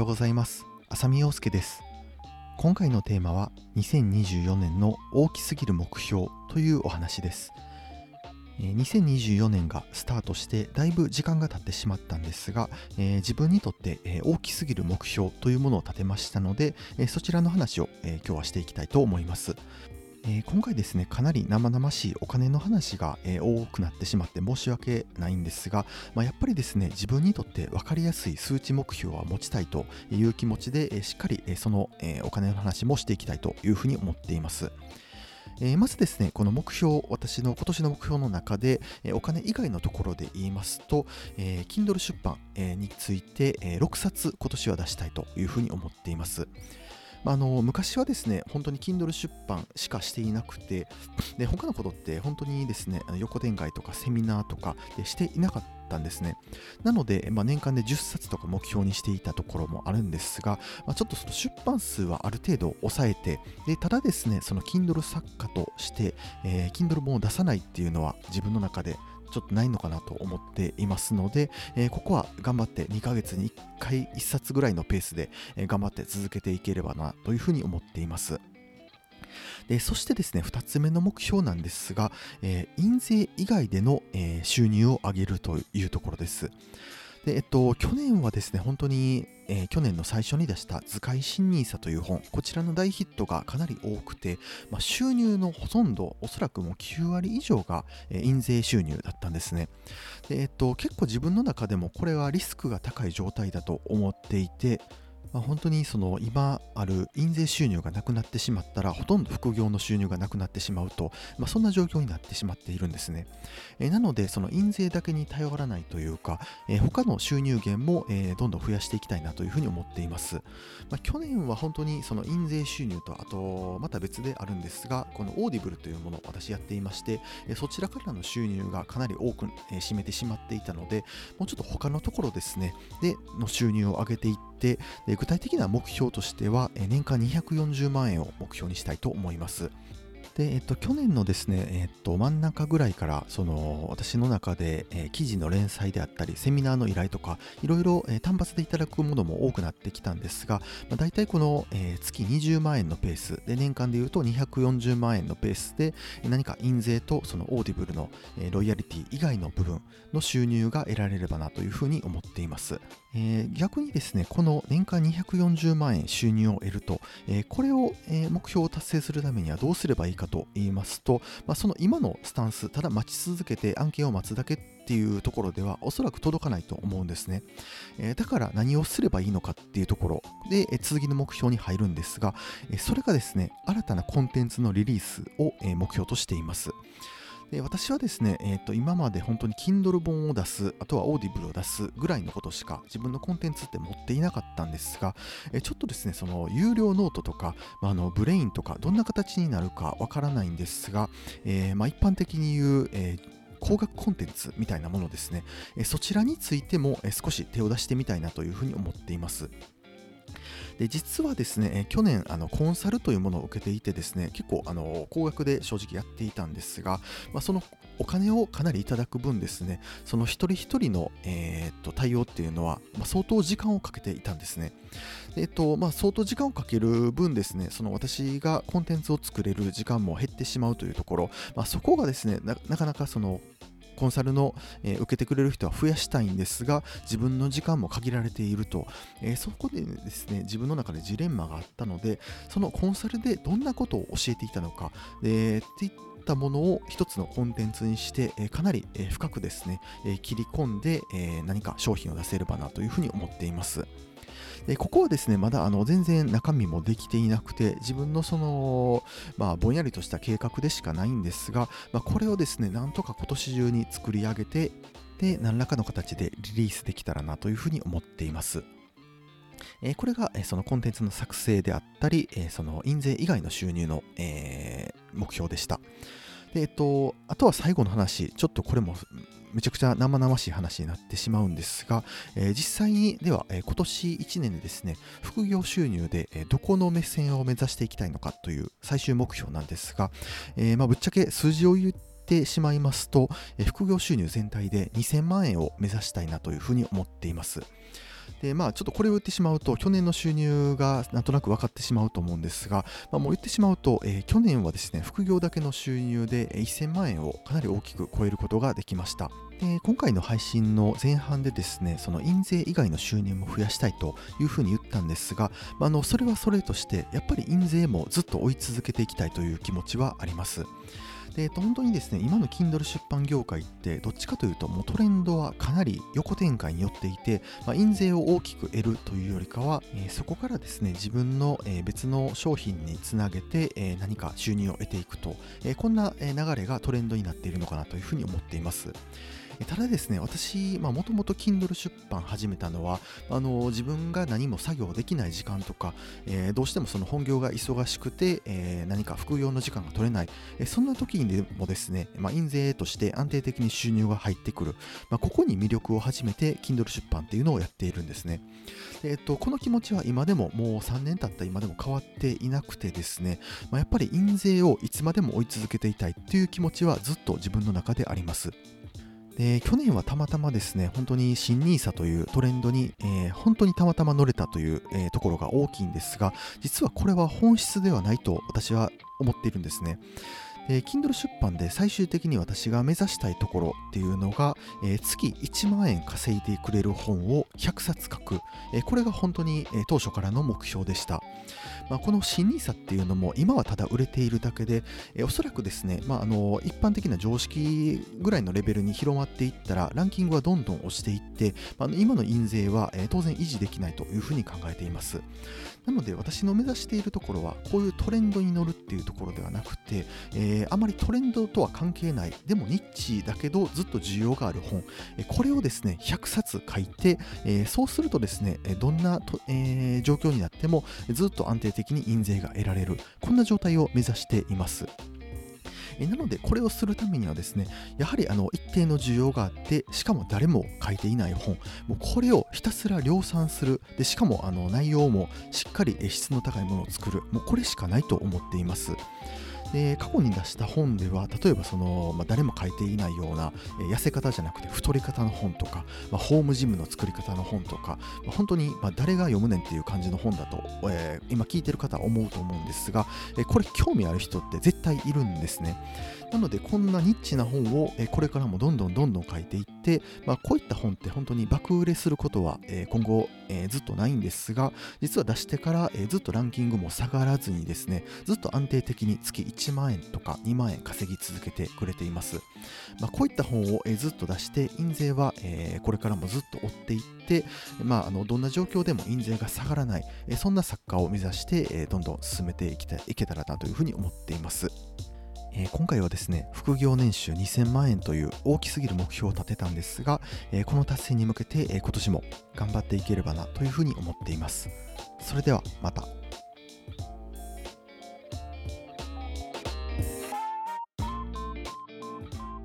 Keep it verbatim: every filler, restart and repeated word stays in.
ございます。浅見陽介です。今回のテーマはにせんにじゅうよねんの大きすぎる目標というお話です。えーにせんにじゅうよねんがスタートしてだいぶ時間が経ってしまったんですが、えー自分にとって、えー大きすぎる目標というものを立てましたので、えーそちらの話を、えー今日はしていきたいと思います。えー今回ですね、かなり生々しいお金の話が、えー多くなってしまって申し訳ないんですが、まあ、やっぱりですね、自分にとって分かりやすい数値目標は持ちたいという気持ちで、えーしっかり、えーその、えーお金の話もしていきたいというふうに思っています。えーまずですね、この目標、私の今年の目標の中で、えーお金以外のところで言いますと、えー Kindle 出版、えーについて、えーろくさつ今年は出したいというふうに思っています。まあ、あの昔はですね、本当に Kindle 出版しかしていなくて、で他のことって本当にですね、あの横展開とかセミナーとかでしていなかったんですね。なので、まあ、年間でじゅっさつとか目標にしていたところもあるんですが、まあ、ちょっとその出版数はある程度抑えて、でただですね、その Kindle 作家として、えー Kindle 本を出さないっていうのは自分の中でちょっとないのかなと思っていますので、えーここは頑張ってにかげつにいっかいいっさつぐらいのペースで、えー頑張って続けていければなというふうに思っています。でそしてですね、ふたつめの目標なんですが、えー印税以外での、えー収入を上げるというところです。で、えっと、去年はですね、本当に、えー去年の最初に出した図解新ニーサという本、こちらの大ヒットがかなり多くて、まあ、収入のほとんど、おそらくもうきゅうわり以上が、えー印税収入だったんですね。で、えっと、結構自分の中でもこれはリスクが高い状態だと思っていて、まあ、本当にその今ある印税収入がなくなってしまったらほとんど副業の収入がなくなってしまうと、まあ、そんな状況になってしまっているんですね。えーなのでその印税だけに頼らないというか、えー他の収入源も、えーどんどん増やしていきたいなというふうに思っています。まあ、去年は本当にその印税収入とあとまた別であるんですが、このオーディブルというものを私やっていまして、えーそちらからの収入がかなり多く、えー占めてしまっていたので、もうちょっと他のところですねでの収入を上げていって、で具体的な目標としては、えー年間にひゃくよんじゅうまんえんを目標にしたいと思います。で、えっと、去年のですね、えっと、真ん中ぐらいから、その、私の中で、えー記事の連載であったり、セミナーの依頼とか、いろいろ、えー単発でいただくものも多くなってきたんですが、まあ、大体この、えー月にじゅうまんえんのペースで、年間でいうとにひゃくよんじゅうまんえんのペースで、えー何か印税とそのオーディブルの、えーロイヤリティ以外の部分の収入が得られればなというふうに思っています。えー逆にですね、この年間にひゃくよんじゅうまんえん収入を得ると、えーこれを、えー目標を達成するためにはどうすればいいかと言いますと、まあ、その今のスタンス、ただ待ち続けて案件を待つだけっていうところではおそらく届かないと思うんですね。えーだから何をすればいいのかっていうところで、えー続きの目標に入るんですが、えーそれがですね、新たなコンテンツのリリースを、えー目標としています。で私はですね、えーと、今まで本当に Kindle 本を出す、あとは Audible を出すぐらいのことしか自分のコンテンツって持っていなかったんですが、えーちょっとですね、その有料ノートとか、まあ、あのブレインとか、どんな形になるかわからないんですが、えーまあ、一般的に言う、えー高額コンテンツみたいなものですね、えーそちらについても、えー少し手を出してみたいなというふうに思っています。で実はですね、えー去年あのコンサルというものを受けていてですね、結構あの高額で正直やっていたんですが、まあ、そのお金をかなりいただく分ですね、その一人一人の、えーっと対応っていうのは、まあ、相当時間をかけていたんですね。でえっとまあ、相当時間をかける分ですね、その私がコンテンツを作れる時間も減ってしまうというところ、まあ、そこがですね、な、なかなかそのコンサルの、えー受けてくれる人は増やしたいんですが、自分の時間も限られていると、えーそこでですね、自分の中でジレンマがあったので、そのコンサルでどんなことを教えていたのか、でっていったものを一つのコンテンツにして、えーかなり、えー深くですね、えー切り込んで、えー何か商品を出せればなというふうに思っています。でここはですね、まだあの全然中身もできていなくて、自分のその、まあ、ぼんやりとした計画でしかないんですが、まあ、これをですね、なんとか今年中に作り上げて、で、何らかの形でリリースできたらなというふうに思っています。えーこれが、えーそのコンテンツの作成であったり、えーその印税以外の収入の、えー目標でした。で、えっと、あとは最後の話、ちょっとこれもめちゃくちゃ生々しい話になってしまうんですが、えー実際にでは、えー今年いちねんでですね、副業収入で、えーどこの目線を目指していきたいのかという最終目標なんですが、えーまあ、ぶっちゃけ数字を言ってしまいますと、えー副業収入全体でにせんまんえんを目指したいなというふうに思っています。 で、まあ、ちょっとこれを言ってしまうと、去年の収入がなんとなく分かってしまうと思うんですが、まあ、もう言ってしまうと、えー去年はですね、副業だけの収入でえーせんまん円をかなり大きく超えることができました。で、今回の配信の前半でですね、その印税以外の収入も増やしたいというふうに言ったんですが、まあ、あのそれはそれとして、やっぱり印税もずっと追い続けていきたいという気持ちはあります。で、えっと、本当にですね、今の Kindle 出版業界ってどっちかというと、もうトレンドはかなり横展開によっていて、まあ、印税を大きく得るというよりかは、えーそこからですね、自分の、えー別の商品につなげて、えー何か収入を得ていくと、えーこんなえー流れがトレンドになっているのかなというふうに思っています。えただですね、私、もともと Kindle 出版始めたのは、あの自分が何も作業できない時間とか、えーどうしてもその本業が忙しくて、えー何か副業の時間が取れない、えーそんな時にでもですね、まあ、印税として安定的に収入が入ってくる、まあ、ここに魅力を始めて Kindle 出版っていうのをやっているんですね。で、えっと、この気持ちは今でももうさんねん経った今でも変わっていなくてですね、まあ、やっぱり印税をいつまでも追い続けていたいっていう気持ちはずっと自分の中であります。で、去年はたまたまですね、本当に新ニーサというトレンドに、えー本当にたまたま乗れたという、えーところが大きいんですが、実はこれは本質ではないと私は思っているんですね。で、Kindle 出版で最終的に私が目指したいところっていうのが、えー月いちまん円稼いでくれる本をひゃくさつ書く、えーこれが本当に、えー当初からの目標でした。まあ、この新ニーサっていうのも今はただ売れているだけで、えーおそらくですね、まあ、あの一般的な常識ぐらいのレベルに広まっていったらランキングはどんどん落ちていって、まあ、あの今の印税は、えー当然維持できないというふうに考えています。なので私の目指しているところはこういうトレンドに乗るっていうところではなくて、えーあまりトレンドとは関係ない、でもニッチだけどずっと需要がある本、えーこれをですねひゃくさつ書いて、えーそうするとですね、えーどんなと、えー状況になってもずっと安定的に印税が得られる、こんな状態を目指しています。えなのでこれをするためにはですね、やはりあの一定の需要があって、しかも誰も書いていない本、もうこれをひたすら量産する、でしかもあの内容もしっかりえ質の高いものを作る、もうこれしかないと思っています。で、過去に出した本では、例えばその、まあ、誰も書いていないような、えー痩せ方じゃなくて太り方の本とか、まあ、ホームジムの作り方の本とか、まあ本当に、まあ、誰が読むねんっていう感じの本だと、えー今聞いてる方は思うと思うんですが、えーこれ興味ある人って絶対いるんですね。なのでこんなニッチな本を、えーこれからもどんどんどんどん書いていって、まあ、こういった本って本当に爆売れすることは、えー今後、えーずっとないんですが、実は出してから、えーずっとランキングも下がらずにですね、ずっと安定的に月いちまん円とかにまん円稼ぎ続けてくれています。まあ、こういった本を、えーずっと出して、印税は、えーこれからもずっと追っていって、まあ、あのどんな状況でも印税が下がらない、えーそんな作家を目指して、えーどんどん進めていきたいいけたらなというふうに思っています。えー今回はですね、副業年収にせんまん円という大きすぎる目標を立てたんですが、えーこの達成に向けて、えー今年も頑張っていければなというふうに思っています。それではまた。